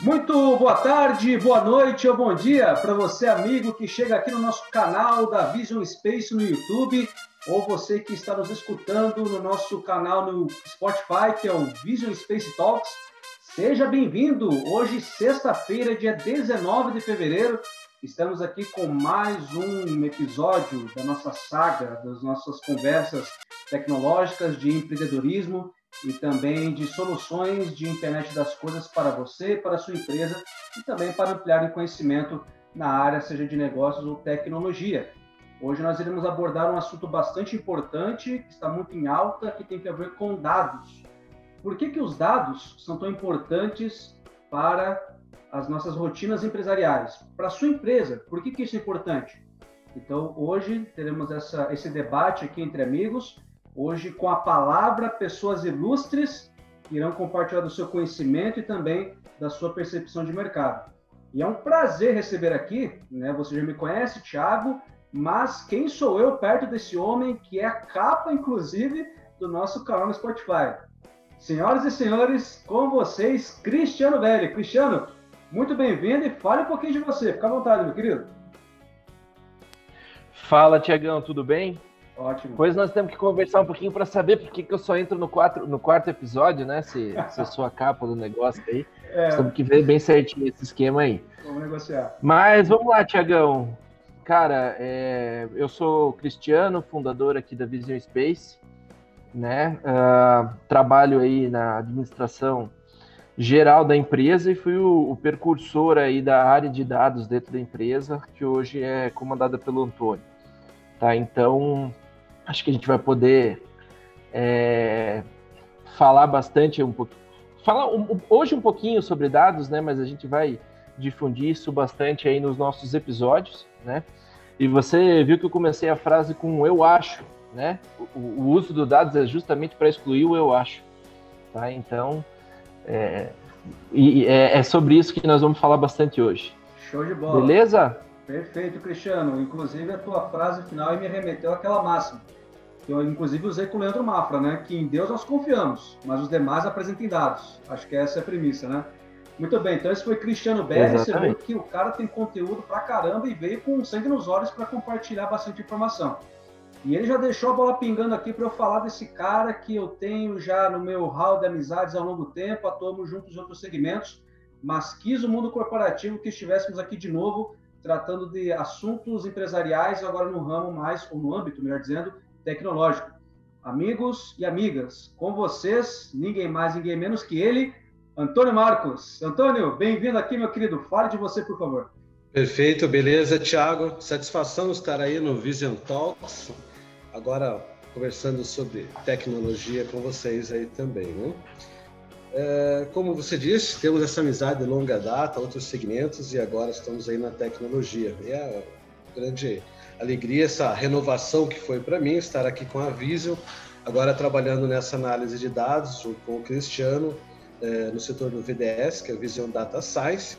Muito boa tarde, boa noite ou bom dia para você, amigo, que chega aqui no nosso canal da Vision Space no YouTube, ou você que está nos escutando no nosso canal no Spotify, que é o Vision Space Talks. Seja bem-vindo! Hoje, sexta-feira, dia 19 de fevereiro, estamos aqui com mais um episódio da nossa saga, das nossas conversas tecnológicas de empreendedorismo e também de soluções de internet das coisas para você, para a sua empresa e também para ampliar o conhecimento na área, seja de negócios ou tecnologia. Hoje nós iremos abordar um assunto bastante importante, que está muito em alta, que tem a ver com dados. Por que os dados são tão importantes para as nossas rotinas empresariais? Para a sua empresa, por que isso é importante? Então, hoje teremos esse debate aqui entre amigos, hoje com a palavra pessoas ilustres que irão compartilhar do seu conhecimento e também da sua percepção de mercado. E é um prazer receber aqui, né? Você já me conhece, Thiago, mas quem sou eu perto desse homem que é a capa, inclusive, do nosso canal no Spotify? Senhoras e senhores, com vocês, Cristiano Belli. Cristiano, muito bem-vindo e fale um pouquinho de você. Fica à vontade, meu querido. Fala, Tiagão, tudo bem? Ótimo. Pois nós temos que conversar um pouquinho para saber por que eu só entro no quarto episódio, né? Se eu sou a capa do negócio aí. Temos que ver bem certinho esse esquema aí. Vamos negociar. Mas vamos lá, Tiagão. Cara, eu sou Cristiano, fundador aqui da Vision Space, né? Trabalho aí na administração geral da empresa e fui o precursor aí da área de dados dentro da empresa, que hoje é comandada pelo Antônio. Tá? Então, acho que a gente vai poder falar bastante hoje um pouquinho sobre dados, né? Mas a gente vai difundir isso bastante aí nos nossos episódios, né? E você viu que eu comecei a frase com eu acho, né? O uso do dados é justamente para excluir o eu acho, tá? Então, é sobre isso que nós vamos falar bastante hoje. Show de bola. Beleza? Perfeito, Cristiano. Inclusive, a tua frase final me remeteu àquela máxima, que eu, inclusive, usei com o Leandro Mafra, né? Que em Deus nós confiamos, mas os demais apresentem dados. Acho que essa é a premissa, né? Muito bem, então esse foi Cristiano Belli. Você viu que o cara tem conteúdo pra caramba e veio com sangue nos olhos para compartilhar bastante informação. E ele já deixou a bola pingando aqui para eu falar desse cara que eu tenho já no meu hall de amizades há longo tempo, atuamos juntos em outros segmentos, mas quis o mundo corporativo que estivéssemos aqui de novo tratando de assuntos empresariais, agora no ramo mais, ou no âmbito, melhor dizendo, tecnológico. Amigos e amigas, com vocês, ninguém mais, ninguém menos que ele, Antônio Marcos. Antônio, bem-vindo aqui, meu querido. Fale de você, por favor. Perfeito, beleza, Thiago. Satisfação estar aí no Vision Talks. Agora, conversando sobre tecnologia com vocês aí também, né? Como você disse, temos essa amizade de longa data, outros segmentos, e agora estamos aí na tecnologia. E é uma grande alegria, essa renovação que foi para mim, estar aqui com a Vision, agora trabalhando nessa análise de dados, junto com o Cristiano, no setor do VDS, que é a Vision Data Science,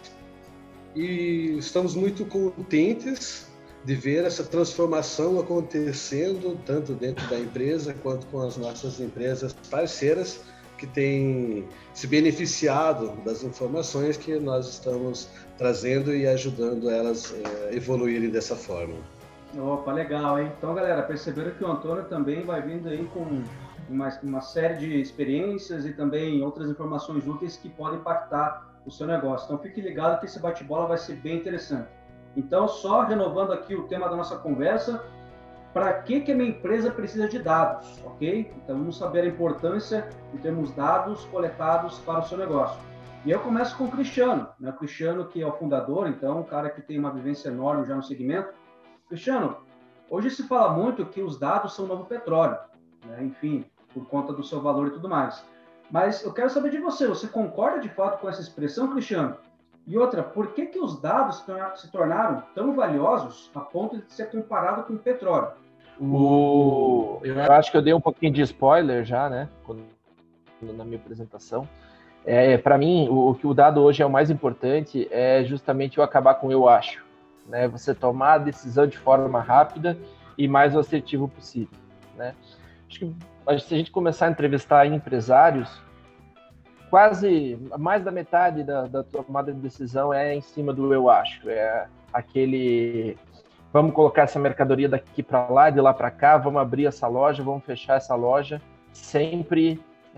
e estamos muito contentes de ver essa transformação acontecendo, tanto dentro da empresa, quanto com as nossas empresas parceiras, que têm se beneficiado das informações que nós estamos trazendo e ajudando elas a evoluírem dessa forma. Opa, legal, hein? Então, galera, perceberam que o Antônio também vai vindo aí com uma série de experiências e também outras informações úteis que podem impactar o seu negócio. Então, fique ligado que esse bate-bola vai ser bem interessante. Então, só renovando aqui o tema da nossa conversa, para que a minha empresa precisa de dados, ok? Então, vamos saber a importância de termos dados coletados para o seu negócio. E eu começo com o Cristiano, né? O Cristiano, que é o fundador, então, um cara que tem uma vivência enorme já no segmento. Cristiano, hoje se fala muito que os dados são o novo petróleo, né? Enfim, por conta do seu valor e tudo mais. Mas eu quero saber de você, você concorda de fato com essa expressão, Cristiano? E outra, por que os dados se tornaram tão valiosos a ponto de ser comparado com o petróleo? Eu acho que eu dei um pouquinho de spoiler já, né, na minha apresentação. Para mim, o que o dado hoje é o mais importante é justamente eu acabar com o eu acho, né? Você tomar a decisão de forma rápida e mais assertivo possível, né? Acho que se a gente começar a entrevistar empresários, quase mais da metade da tomada de decisão é em cima do eu acho. É aquele, vamos colocar essa mercadoria daqui para lá, de lá para cá, vamos abrir essa loja, vamos fechar essa loja, sempre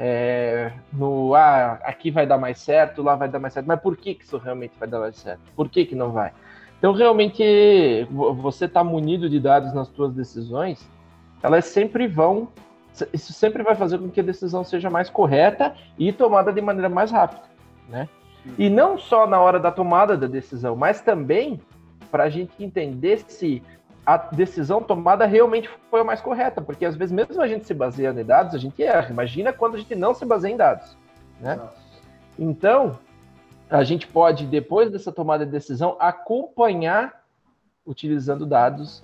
aqui vai dar mais certo, lá vai dar mais certo. Mas por que isso realmente vai dar mais certo? Por que não vai? Então, realmente, você está munido de dados nas suas decisões, isso sempre vai fazer com que a decisão seja mais correta e tomada de maneira mais rápida, né? E não só na hora da tomada da decisão, mas também para a gente entender se a decisão tomada realmente foi a mais correta, porque às vezes mesmo a gente se baseando em dados, a gente erra. Imagina quando a gente não se baseia em dados, né? Então, a gente pode, depois dessa tomada de decisão, acompanhar, utilizando dados,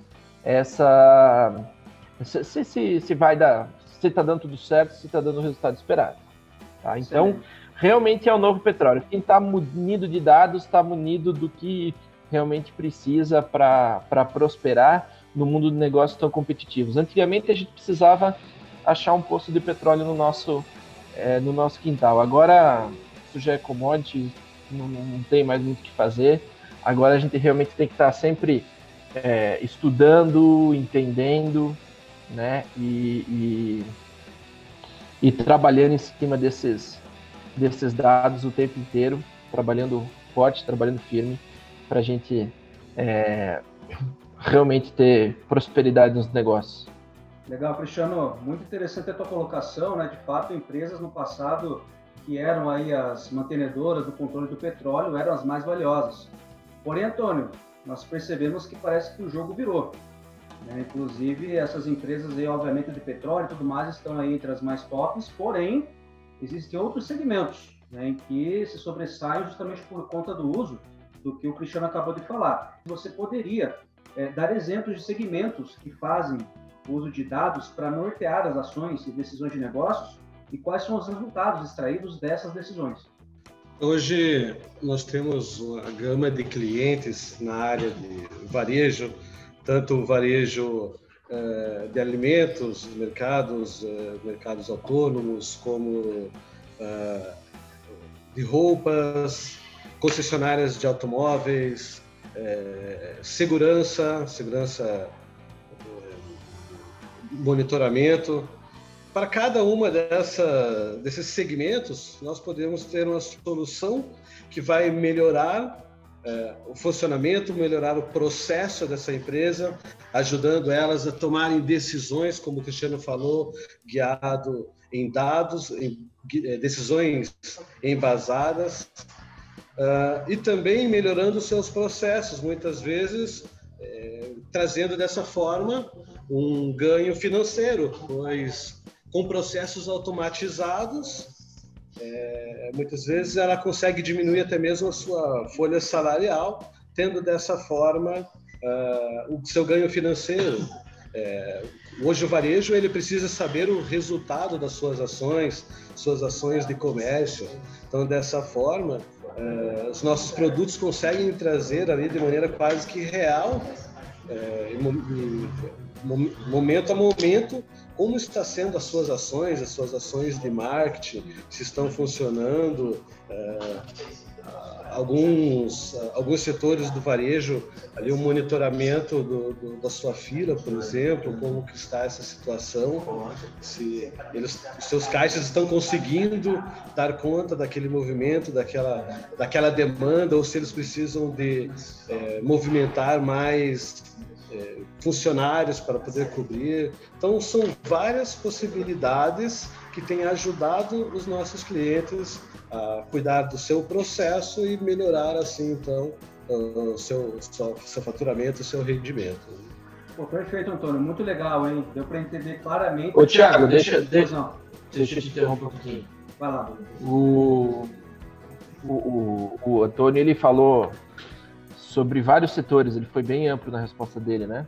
se vai dar, se está dando tudo certo, se está dando o resultado esperado. Tá? Então, realmente é o novo petróleo. Quem está munido de dados, está munido do que realmente precisa para prosperar no mundo de negócios tão competitivos. Antigamente, a gente precisava achar um poço de petróleo no nosso quintal. Agora, isso já é commodity, não tem mais muito o que fazer. Agora a gente realmente tem que estar sempre estudando, entendendo, né? E trabalhando em cima desses dados o tempo inteiro, trabalhando forte, trabalhando firme, para a gente realmente ter prosperidade nos negócios. Legal, Cristiano. Muito interessante a tua colocação, né? De fato, empresas no passado que eram aí as mantenedoras do controle do petróleo, eram as mais valiosas. Porém, Antônio, nós percebemos que parece que o jogo virou, né? Inclusive, essas empresas aí, obviamente, de petróleo e tudo mais, estão aí entre as mais tops, porém, existem outros segmentos, né, em que se sobressaem justamente por conta do uso do que o Cristiano acabou de falar. Você poderia dar exemplos de segmentos que fazem uso de dados para nortear as ações e decisões de negócios? E quais são os resultados extraídos dessas decisões? Hoje nós temos uma gama de clientes na área de varejo, tanto o varejo de alimentos, mercados autônomos, como de roupas, concessionárias de automóveis, segurança, monitoramento. Para cada uma desses segmentos, nós podemos ter uma solução que vai melhorar o funcionamento, melhorar o processo dessa empresa, ajudando elas a tomarem decisões, como o Cristiano falou, guiado em dados, decisões embasadas, e também melhorando os seus processos, muitas vezes trazendo dessa forma um ganho financeiro, pois com processos automatizados, muitas vezes ela consegue diminuir até mesmo a sua folha salarial, tendo dessa forma o seu ganho financeiro. Hoje o varejo ele precisa saber o resultado das suas ações de comércio. Então, dessa forma, os nossos produtos conseguem trazer ali de maneira quase que real, momento a momento, como está sendo as suas ações de marketing, se estão funcionando. Alguns setores do varejo, ali o monitoramento da sua fila, por exemplo, como que está essa situação, se os seus caixas estão conseguindo dar conta daquele movimento, daquela demanda, ou se eles precisam de movimentar mais funcionários para poder cobrir. Então, são várias possibilidades que têm ajudado os nossos clientes a cuidar do seu processo e melhorar, assim, então, o seu faturamento, o seu rendimento. Pô, perfeito, Antônio. Muito legal, hein? Deu para entender claramente. Ô, Thiago, deixa eu te interromper um pouquinho. Vai lá. O Antônio, ele falou sobre vários setores, ele foi bem amplo na resposta dele, né?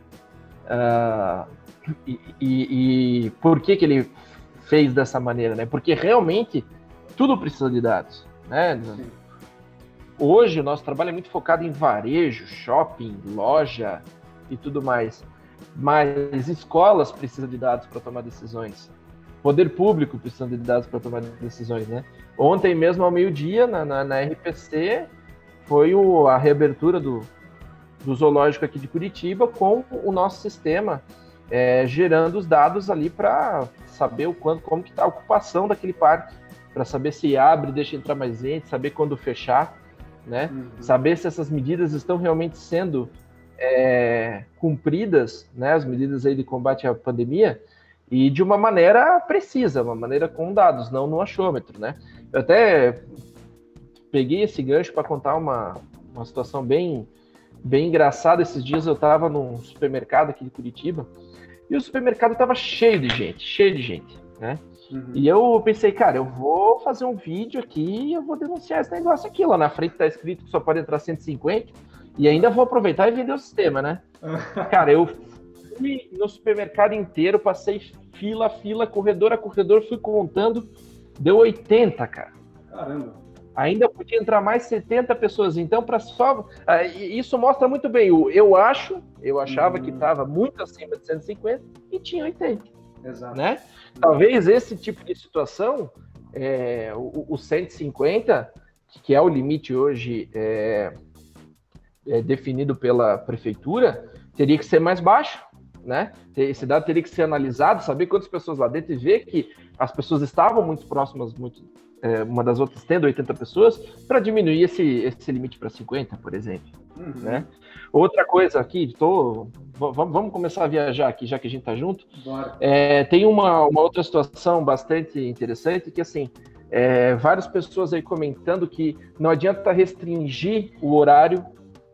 E por que ele fez dessa maneira, né? Porque realmente tudo precisa de dados, né? Sim. Hoje o nosso trabalho é muito focado em varejo, shopping, loja e tudo mais, mas escolas precisam de dados para tomar decisões, poder público precisando de dados para tomar decisões, né? Ontem mesmo, ao meio-dia, na RPC, foi a reabertura do zoológico aqui de Curitiba com o nosso sistema gerando os dados ali para saber como que está a ocupação daquele parque, para saber se abre, deixa entrar mais gente, saber quando fechar, né? Saber se essas medidas estão realmente sendo cumpridas, né? As medidas aí de combate à pandemia, e de uma maneira precisa, uma maneira com dados, não no achômetro, né? Eu até peguei esse gancho para contar uma situação bem engraçada. Esses dias eu estava num supermercado aqui de Curitiba, e o supermercado estava cheio de gente, né? E eu pensei, cara, eu vou fazer um vídeo aqui e eu vou denunciar esse negócio aqui. Lá na frente tá escrito que só pode entrar 150, e ainda vou aproveitar e vender o sistema, né? Cara, eu fui no supermercado inteiro, passei fila, corredor a corredor, fui contando, deu 80, cara. Caramba. Ainda podia entrar mais 70 pessoas, então para só... Isso mostra muito bem eu achava que estava muito acima de 150 e tinha 80. Exato. Né? Talvez esse tipo de situação, o 150, que é o limite hoje definido pela prefeitura, teria que ser mais baixo, né? Esse dado teria que ser analisado, saber quantas pessoas lá dentro e ver que as pessoas estavam muito próximas, uma das outras tendo 80 pessoas, para diminuir esse limite para 50, por exemplo. Né? Outra coisa aqui, vamos começar a viajar aqui, já que a gente está junto. Tem uma outra situação bastante interessante, que assim, várias pessoas aí comentando que não adianta restringir o horário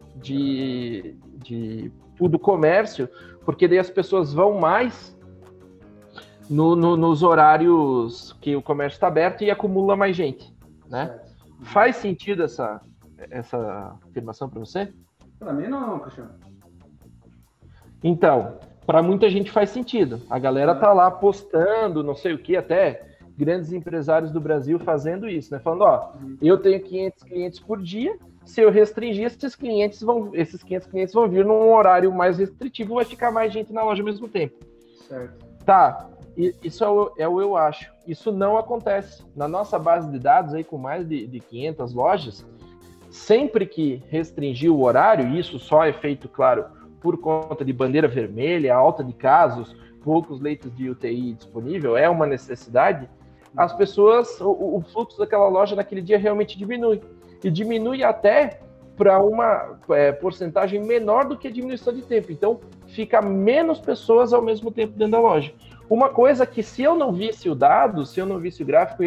do comércio, porque daí as pessoas vão mais nos horários que o comércio está aberto e acumula mais gente, né? Faz sentido essa afirmação para você? Para mim não, Cristiano. Então, para muita gente faz sentido. A galera tá lá postando, não sei o que, até grandes empresários do Brasil fazendo isso, né? Falando, eu tenho 500 clientes por dia, se eu restringir, esses 500 clientes vão vir num horário mais restritivo, vai ficar mais gente na loja ao mesmo tempo. Certo. Tá, isso é o eu acho. Isso não acontece. Na nossa base de dados, aí com mais de 500 lojas, sempre que restringir o horário, e isso só é feito, claro, por conta de bandeira vermelha, alta de casos, poucos leitos de UTI disponível, é uma necessidade, as pessoas, o fluxo daquela loja naquele dia realmente diminui. E diminui até para uma porcentagem menor do que a diminuição de tempo. Então, fica menos pessoas ao mesmo tempo dentro da loja. Uma coisa que, se eu não visse o dado, se eu não visse o gráfico,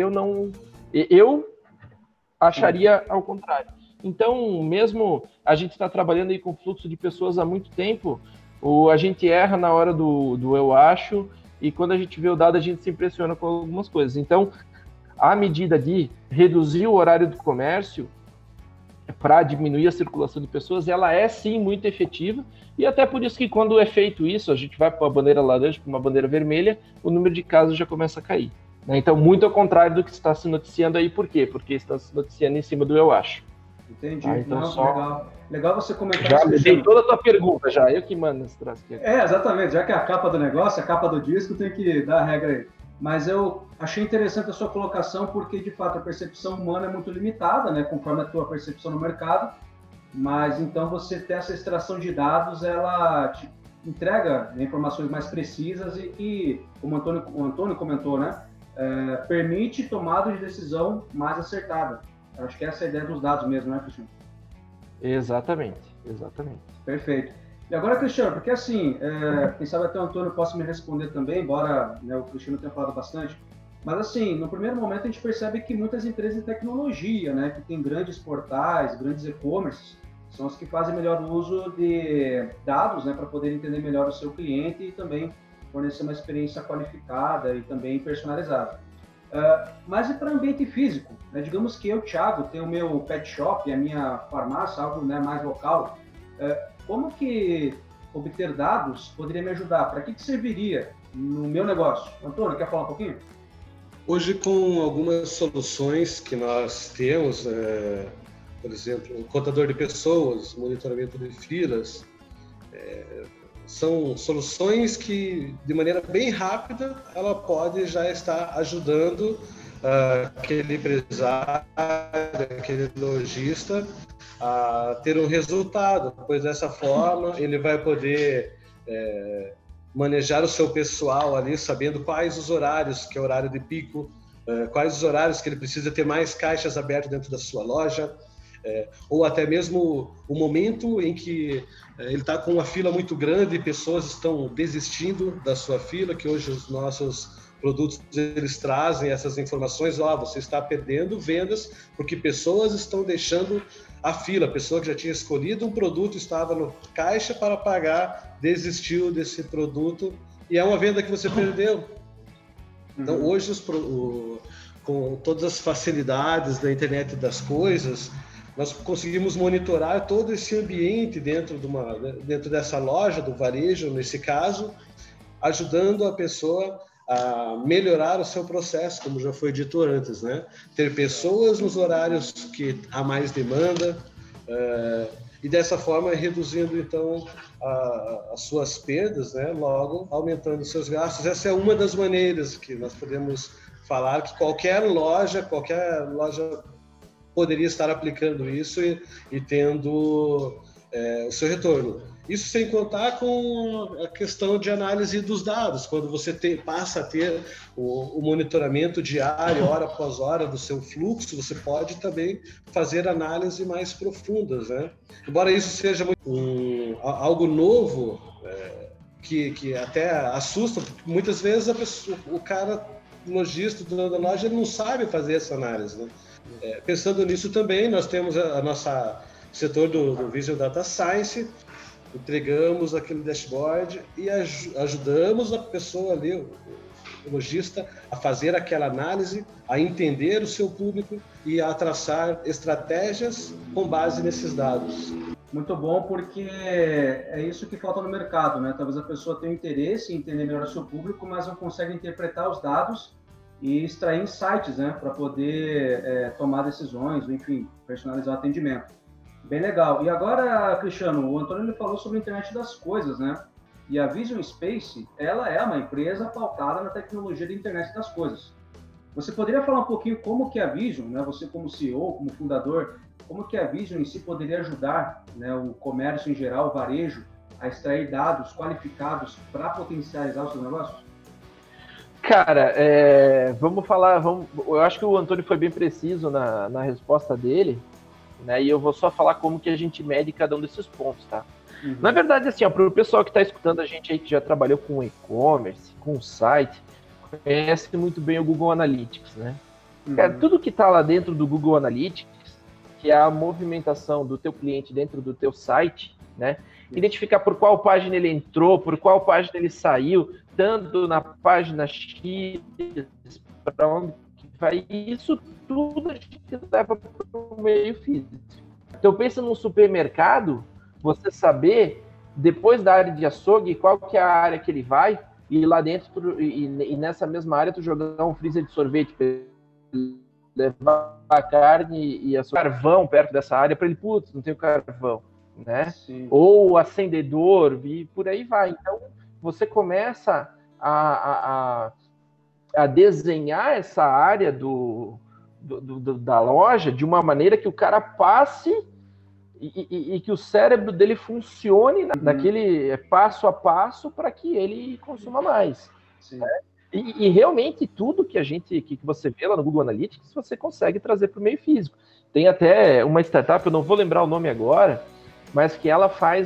eu acharia ao contrário. Então, mesmo a gente está trabalhando aí com fluxo de pessoas há muito tempo, a gente erra na hora do eu acho, e quando a gente vê o dado, a gente se impressiona com algumas coisas. Então, a medida de reduzir o horário do comércio para diminuir a circulação de pessoas, ela é sim muito efetiva, e até por isso que quando é feito isso, a gente vai para uma bandeira laranja, para uma bandeira vermelha, o número de casos já começa a cair. Né? Então, muito ao contrário do que está se noticiando aí. Por quê? Porque está se noticiando em cima do eu acho. Entendi. Então, legal você comentar já isso. Já dei toda a tua pergunta, eu que mando nesse troço aqui. Exatamente. Já que é a capa do negócio, a capa do disco, tem que dar a regra aí. Mas eu achei interessante a sua colocação, porque, de fato, a percepção humana é muito limitada, né, conforme a tua percepção no mercado. Mas, então, você ter essa extração de dados, ela te entrega informações mais precisas e como o Antônio comentou, né, permite tomada de decisão mais acertada. Eu acho que essa é a ideia dos dados mesmo, né, Cristiano? Exatamente. Perfeito. E agora, Cristiano, porque assim, quem sabe até o Antônio possa me responder também, embora, né, o Cristiano tenha falado bastante, mas assim, no primeiro momento a gente percebe que muitas empresas de tecnologia, né, que tem grandes portais, grandes e-commerces, são as que fazem melhor uso de dados, né, para poder entender melhor o seu cliente e também fornecer uma experiência qualificada e também personalizada. Mas e para ambiente físico? Né? Digamos que eu, Thiago, tenho o meu pet shop, a minha farmácia, algo, né, mais local. Como que obter dados poderia me ajudar? Para que serviria no meu negócio? Antônio, quer falar um pouquinho? Hoje, com algumas soluções que nós temos, por exemplo, o contador de pessoas, monitoramento de filas, são soluções que, de maneira bem rápida, ela pode já estar ajudando aquele empresário, aquele lojista a ter um resultado, pois dessa forma ele vai poder manejar o seu pessoal ali, sabendo quais os horários, que é o horário de pico, quais os horários que ele precisa ter mais caixas abertas dentro da sua loja, ou até mesmo o momento em que ele está com uma fila muito grande e pessoas estão desistindo da sua fila, que hoje os nossos produtos eles trazem essas informações, você está perdendo vendas porque pessoas estão deixando a fila, a pessoa que já tinha escolhido um produto, estava no caixa para pagar, desistiu desse produto e é uma venda que você perdeu. Então hoje com todas as facilidades da internet das coisas, nós conseguimos monitorar todo esse ambiente dentro dessa loja, do varejo, nesse caso, ajudando a pessoa a melhorar o seu processo, como já foi dito antes, né? Ter pessoas nos horários que há mais demanda, e dessa forma reduzindo, então, as suas perdas, né? Logo aumentando os seus gastos. Essa é uma das maneiras que nós podemos falar que qualquer loja poderia estar aplicando isso e tendo o seu retorno. Isso sem contar com a questão de análise dos dados, quando você passa a ter o monitoramento diário, hora após hora, do seu fluxo, você pode também fazer análises mais profundas, né? Embora isso seja algo novo, que até assusta, porque muitas vezes o cara, o lojista, o dono da loja, ele não sabe fazer essa análise, né? Pensando nisso também, nós temos a nossa setor do Vision Data Science, entregamos aquele dashboard e ajudamos a pessoa ali, o lojista, a fazer aquela análise, a entender o seu público e a traçar estratégias com base nesses dados. Muito bom, porque é isso que falta no mercado, né? Talvez a pessoa tenha interesse em entender melhor o seu público, mas não consegue interpretar os dados e extrair insights, né? Para poder tomar decisões, enfim, personalizar o atendimento. Bem legal. E agora, Cristiano, o Antônio ele falou sobre a internet das coisas, né? E a Vision Space, ela é uma empresa pautada na tecnologia da internet das coisas. Você poderia falar um pouquinho como que a Vision, né? Você como CEO, como fundador, como que a Vision em si poderia ajudar, né, o comércio em geral, o varejo, a extrair dados qualificados para potencializar os seus negócios? Cara, eu acho que o Antônio foi bem preciso na resposta dele, né? E eu vou só falar como que a gente mede cada um desses pontos, tá? Uhum. Na verdade, assim, para o pessoal que está escutando a gente aí, que já trabalhou com e-commerce, com site, conhece muito bem o Google Analytics, né? Uhum. Cara, tudo que está lá dentro do Google Analytics, que é a movimentação do teu cliente dentro do teu site, né? Identificar por qual página ele entrou, por qual página ele saiu, tanto na página X, para onde vai, isso tudo a gente leva para o meio físico. Então pensa num supermercado, você saber, depois da área de açougue, qual que é a área que ele vai, e lá dentro, e nessa mesma área, tu jogar um freezer de sorvete para ele levar a carne e o carvão perto dessa área, para ele, não tem o carvão, né? Sim. Ou acendedor, e por aí vai. Então, você começa a desenhar essa área da loja de uma maneira que o cara passe e que o cérebro dele funcione naquele passo a passo para que ele consuma mais. Né? E realmente tudo que você vê lá no Google Analytics, você consegue trazer para o meio físico. Tem até uma startup, eu não vou lembrar o nome agora, mas que ela faz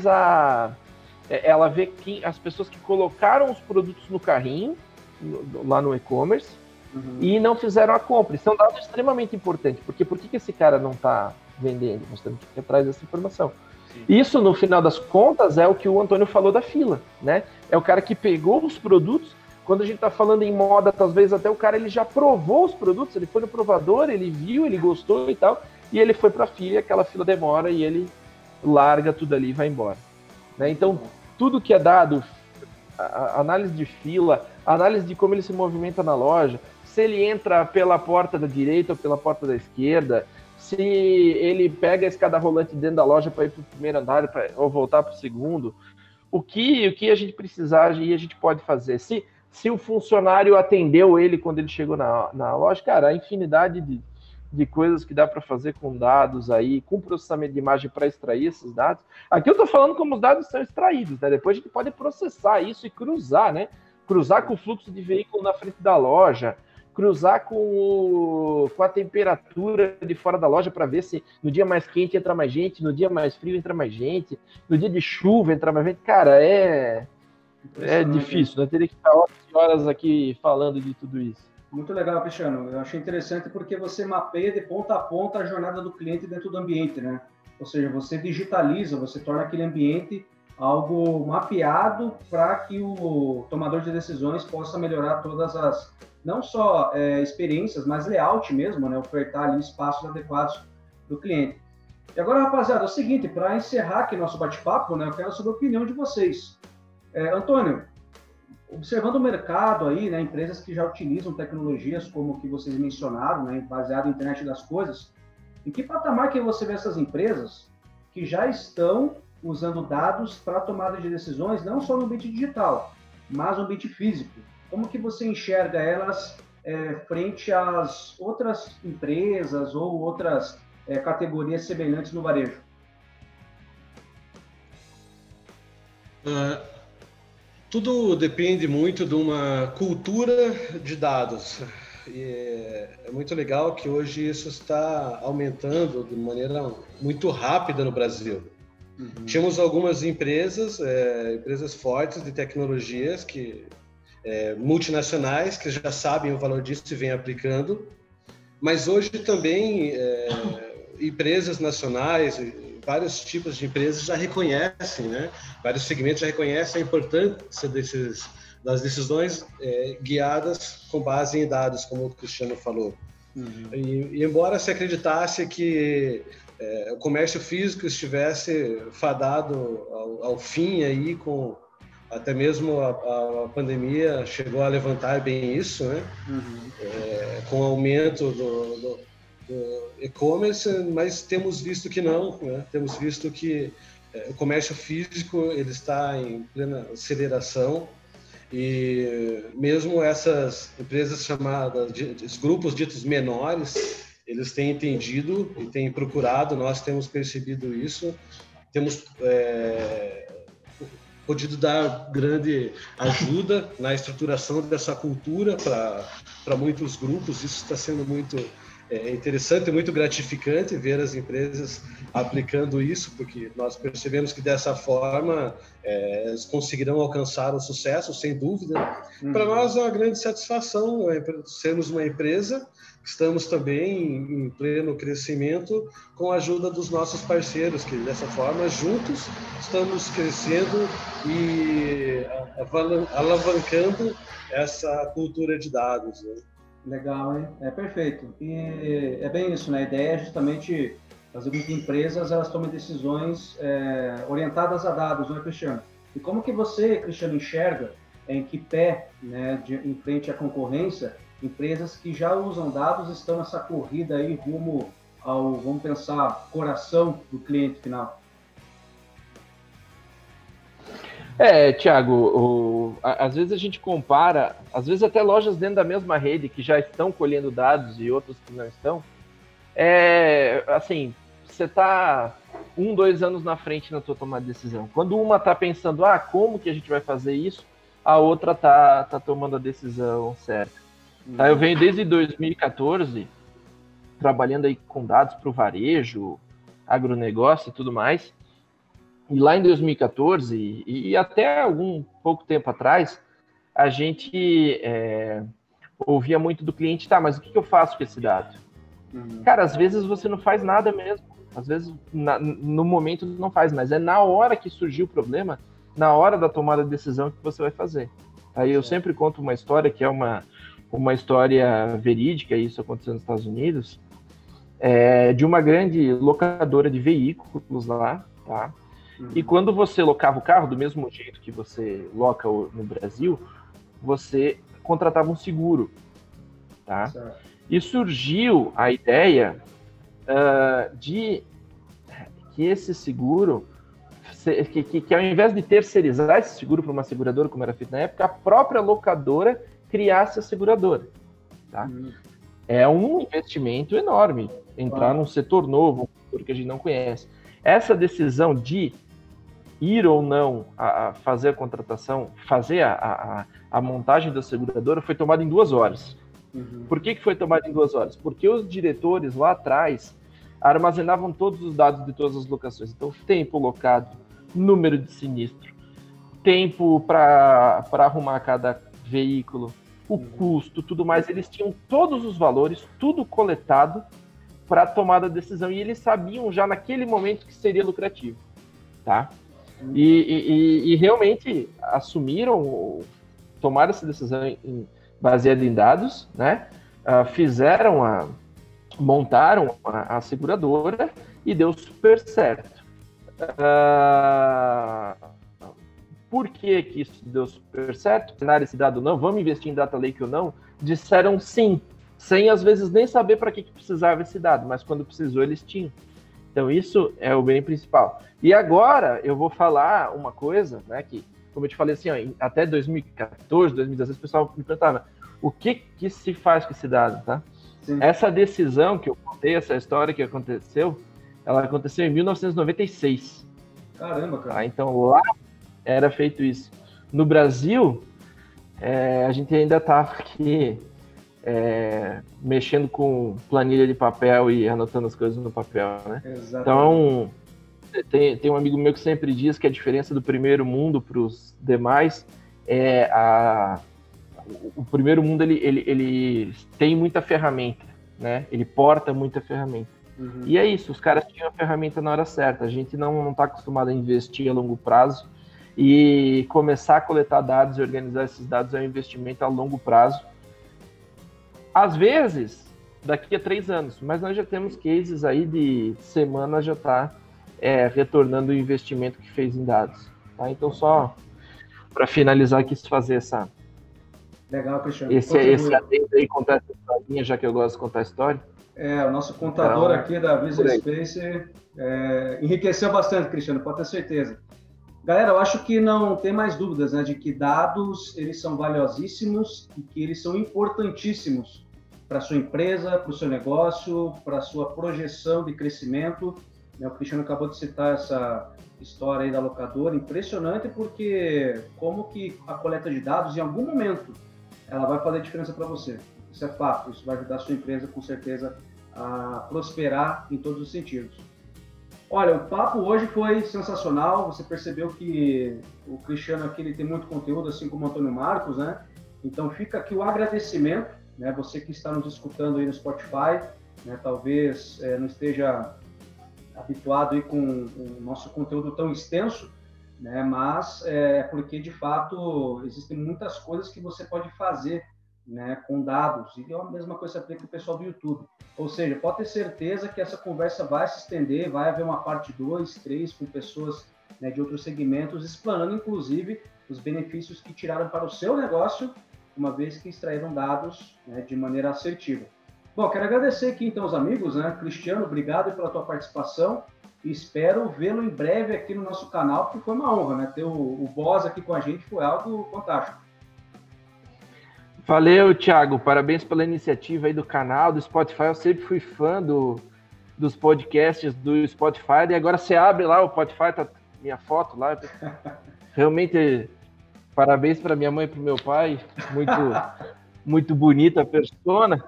ela vê as pessoas que colocaram os produtos no carrinho, lá no e-commerce, e não fizeram a compra. Isso é um dado extremamente importante, porque por que esse cara não está vendendo? Nós temos que ir atrás dessa informação. Sim. Isso, no final das contas, é o que o Antônio falou da fila, né? É o cara que pegou os produtos. Quando a gente está falando em moda, talvez até o cara ele já provou os produtos, ele foi no provador, ele viu, ele gostou e tal, e ele foi para a fila, e aquela fila demora, e ele larga tudo ali e vai embora. Né? Então, tudo que é dado, a análise de fila, a análise de como ele se movimenta na loja, se ele entra pela porta da direita ou pela porta da esquerda, se ele pega a escada rolante dentro da loja para ir para o primeiro andar ou voltar para o segundo, o que a gente precisar e a gente pode fazer. Se o funcionário atendeu ele quando ele chegou na loja, cara, a infinidade de coisas que dá para fazer com dados aí, com processamento de imagem para extrair esses dados. Aqui eu estou falando como os dados são extraídos, né? Depois a gente pode processar isso e cruzar, né? Cruzar com o fluxo de veículo na frente da loja, cruzar com a temperatura de fora da loja para ver se no dia mais quente entra mais gente, no dia mais frio entra mais gente, no dia de chuva entra mais gente. Cara, é difícil, né? Teria que ficar horas e horas aqui falando de tudo isso. Muito legal, Cristiano. Eu achei interessante porque você mapeia de ponta a ponta a jornada do cliente dentro do ambiente, né? Ou seja, você digitaliza, você torna aquele ambiente algo mapeado para que o tomador de decisões possa melhorar todas as, não só experiências, mas layout mesmo, né? Ofertar ali espaços adequados do cliente. E agora, rapaziada, é o seguinte, para encerrar aqui nosso bate-papo, né? Eu quero saber a opinião de vocês. Antônio, observando o mercado aí, né, empresas que já utilizam tecnologias como que vocês mencionaram, né, baseado na internet das coisas, em que patamar que você vê essas empresas que já estão usando dados para tomada de decisões, não só no ambiente digital, mas no ambiente físico? Como que você enxerga elas frente às outras empresas ou outras categorias semelhantes no varejo? Tudo depende muito de uma cultura de dados. E é muito legal que hoje isso está aumentando de maneira muito rápida no Brasil. Uhum. Tínhamos algumas empresas fortes de tecnologias, multinacionais, que já sabem o valor disso e vêm aplicando, mas hoje também empresas nacionais, vários tipos de empresas já reconhecem, né? Vários segmentos já reconhecem a importância das decisões guiadas com base em dados, como o Cristiano falou. Uhum. E embora se acreditasse que o comércio físico estivesse fadado ao fim aí, até mesmo a pandemia chegou a levantar bem isso, né? Uhum. Com o aumento do e-commerce, mas temos visto que não, né? Temos visto que o comércio físico ele está em plena aceleração e mesmo essas empresas chamadas de grupos ditos menores, eles têm entendido e têm procurado, nós temos percebido isso, temos podido dar grande ajuda na estruturação dessa cultura para muitos grupos. Isso está sendo muito interessante, muito gratificante ver as empresas aplicando isso, porque nós percebemos que dessa forma eles conseguirão alcançar o sucesso, sem dúvida. Para nós é uma grande satisfação sermos uma empresa que estamos também em pleno crescimento com a ajuda dos nossos parceiros, que dessa forma juntos estamos crescendo e alavancando essa cultura de dados, né? Legal, hein? Perfeito. E é bem isso, né? A ideia é justamente fazer com que empresas elas tomem decisões orientadas a dados, não é, Cristiano? E como que você, Cristiano, enxerga em que pé, né, em frente à concorrência, empresas que já usam dados estão nessa corrida aí rumo ao, vamos pensar, coração do cliente final? Thiago, às vezes a gente compara, às vezes até lojas dentro da mesma rede que já estão colhendo dados e outras que não estão. Assim, você está 1-2 anos na frente na tua tomada de decisão. Quando uma está pensando, como que a gente vai fazer isso, a outra está tomando a decisão certa. Eu venho desde 2014 trabalhando aí com dados para o varejo, agronegócio e tudo mais. E lá em 2014, e até algum pouco tempo atrás, a gente ouvia muito do cliente, mas o que eu faço com esse dado? Cara, às vezes você não faz nada mesmo. Às vezes, no momento, não faz, mas é na hora que surgiu o problema, na hora da tomada de decisão que você vai fazer. Aí eu sempre conto uma história que é uma história verídica, isso aconteceu nos Estados Unidos, de uma grande locadora de veículos lá, tá? E quando você locava o carro, do mesmo jeito que você loca no Brasil, você contratava um seguro, tá? E surgiu a ideia de que esse seguro que ao invés de terceirizar esse seguro para uma seguradora, como era feito na época, a própria locadora criasse a seguradora. Tá? É um investimento enorme entrar num setor novo, um setor que a gente não conhece. Essa decisão de ir ou não a fazer a contratação, fazer a montagem da seguradora foi tomada em 2 horas. Por que foi tomada em 2 horas? Porque os diretores lá atrás armazenavam todos os dados de todas as locações. Então, tempo locado, número de sinistro, tempo para arrumar cada veículo, o custo, tudo mais. Eles tinham todos os valores, tudo coletado para a tomada da decisão. E eles sabiam já naquele momento que seria lucrativo. Tá? E realmente assumiram, tomaram essa decisão baseada em dados, né? Montaram a seguradora e deu super certo. Por que isso deu super certo? Esse dado não, vamos investir em data lake ou não? Disseram sim, sem às vezes nem saber para que precisava esse dado, mas quando precisou eles tinham. Então isso é o bem principal. E agora eu vou falar uma coisa, né, que, como eu te falei assim, ó, até 2014, 2016, o pessoal me perguntava o que se faz com esse dado, tá? Sim. Essa decisão que eu contei, essa história que aconteceu, ela aconteceu em 1996. Caramba, cara. Tá? Então lá era feito isso. No Brasil, a gente ainda estava aqui mexendo com planilha de papel e anotando as coisas no papel, né? Exatamente. Então, tem um amigo meu que sempre diz que a diferença do primeiro mundo para os demais é o primeiro mundo ele tem muita ferramenta, né? Ele porta muita ferramenta. E é isso, os caras tinham a ferramenta na hora certa. A gente não está acostumado a investir a longo prazo e começar a coletar dados e organizar esses dados é um investimento a longo prazo. Às vezes, daqui a 3 anos, mas nós já temos cases aí de semana já está retornando o investimento que fez em dados. Tá? Então, só para finalizar, quis fazer essa... Legal, Cristiano. Esse adendo aí, contar essa historinha, já que eu gosto de contar a história. O nosso contador aqui da Visual Space enriqueceu bastante, Cristiano, pode ter certeza. Galera, eu acho que não tem mais dúvidas, né, de que dados eles são valiosíssimos e que eles são importantíssimos para a sua empresa, para o seu negócio, para a sua projeção de crescimento. O Cristiano acabou de citar essa história aí da locadora, impressionante, porque como que a coleta de dados, em algum momento, ela vai fazer diferença para você. Isso é fato, isso vai ajudar a sua empresa, com certeza, a prosperar em todos os sentidos. Olha, o papo hoje foi sensacional, você percebeu que o Cristiano aqui ele tem muito conteúdo, assim como o Antônio Marcos, né? Então fica aqui o agradecimento, né? Você que está nos escutando aí no Spotify, né? Talvez não esteja habituado aí com o nosso conteúdo tão extenso, né? Mas porque de fato existem muitas coisas que você pode fazer, né, com dados, e a mesma coisa se aplica para o pessoal do YouTube. Ou seja, pode ter certeza que essa conversa vai se estender, vai haver uma parte 2, 3, com pessoas, né, de outros segmentos, explanando inclusive os benefícios que tiraram para o seu negócio, uma vez que extraíram dados, né, de maneira assertiva. Bom, quero agradecer aqui então os amigos, né? Cristiano, obrigado pela tua participação e espero vê-lo em breve aqui no nosso canal, porque foi uma honra, né? Ter o Boss aqui com a gente foi algo fantástico. Valeu, Thiago. Parabéns pela iniciativa aí do canal, do Spotify. Eu sempre fui fã dos podcasts do Spotify. E agora você abre lá o Spotify, tá minha foto lá. Realmente, parabéns para minha mãe e para o meu pai. Muito bonita a persona.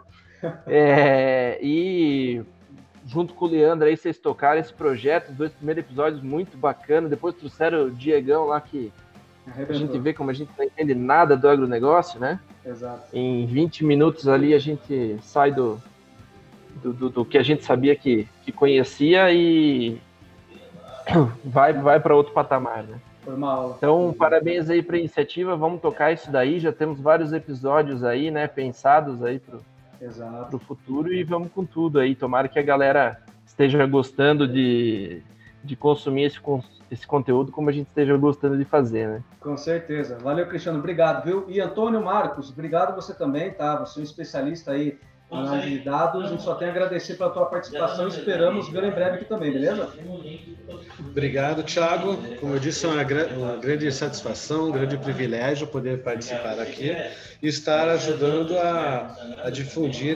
E junto com o Leandro aí, vocês tocaram esse projeto. Os 2 primeiros episódios muito bacanas. Depois trouxeram o Diegão lá que... A gente vê como a gente não entende nada do agronegócio, né? Exato. Em 20 minutos ali a gente sai do que a gente sabia que conhecia e vai para outro patamar, né? Foi uma aula. Então, parabéns aí para a iniciativa, vamos tocar isso daí, já temos vários episódios aí, né, pensados aí pro futuro e vamos com tudo aí, tomara que a galera esteja gostando de consumir esse conteúdo como a gente esteja gostando de fazer, né? Com certeza. Valeu, Cristiano. Obrigado, viu? E Antônio Marcos, obrigado você também, tá? Você é um especialista aí análise de dados. A gente só tem a agradecer pela tua participação e esperamos ver em breve aqui também, beleza? Obrigado, Thiago. Como eu disse, é uma grande satisfação, um grande privilégio poder participar aqui e estar ajudando a difundir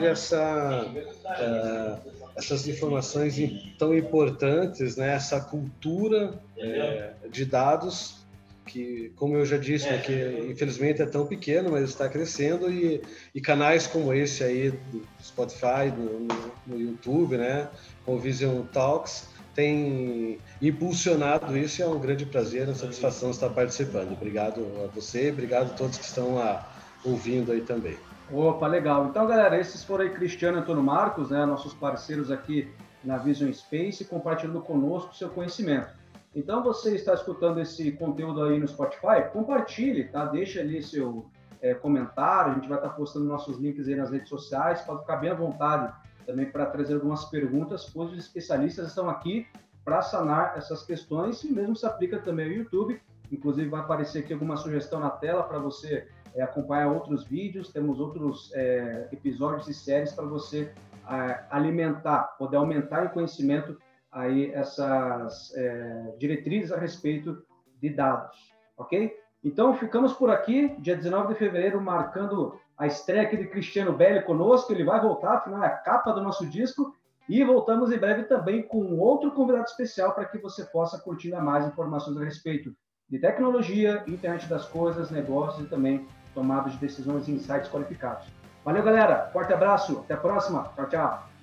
essas informações tão importantes, né? Essa cultura de dados que, como eu já disse, né, que infelizmente é tão pequeno, mas está crescendo, e canais como esse aí do Spotify, no YouTube, né, com o Vision Talks, tem impulsionado isso, e é um grande prazer, uma satisfação estar participando. Obrigado a você, obrigado a todos que estão ouvindo aí também. Opa, legal. Então, galera, esses foram aí Cristiano e Antônio Marcos, né, nossos parceiros aqui na Vision Space, compartilhando conosco seu conhecimento. Então, você está escutando esse conteúdo aí no Spotify, compartilhe, tá? Deixa ali seu comentário, a gente vai estar postando nossos links aí nas redes sociais, pode ficar bem à vontade também para trazer algumas perguntas, pois os especialistas estão aqui para sanar essas questões, e mesmo se aplica também ao YouTube. Inclusive, vai aparecer aqui alguma sugestão na tela para você acompanhar outros vídeos, temos outros episódios e séries para você alimentar, poder aumentar em conhecimento aí essas diretrizes a respeito de dados, ok? Então, ficamos por aqui, dia 19 de fevereiro, marcando a estreia aqui de Cristiano Belli conosco. Ele vai voltar, afinal é a capa do nosso disco, e voltamos em breve também com outro convidado especial para que você possa curtir mais informações a respeito de tecnologia, internet das coisas, negócios e também tomadas de decisões e insights qualificados. Valeu, galera. Forte abraço. Até a próxima. Tchau, tchau.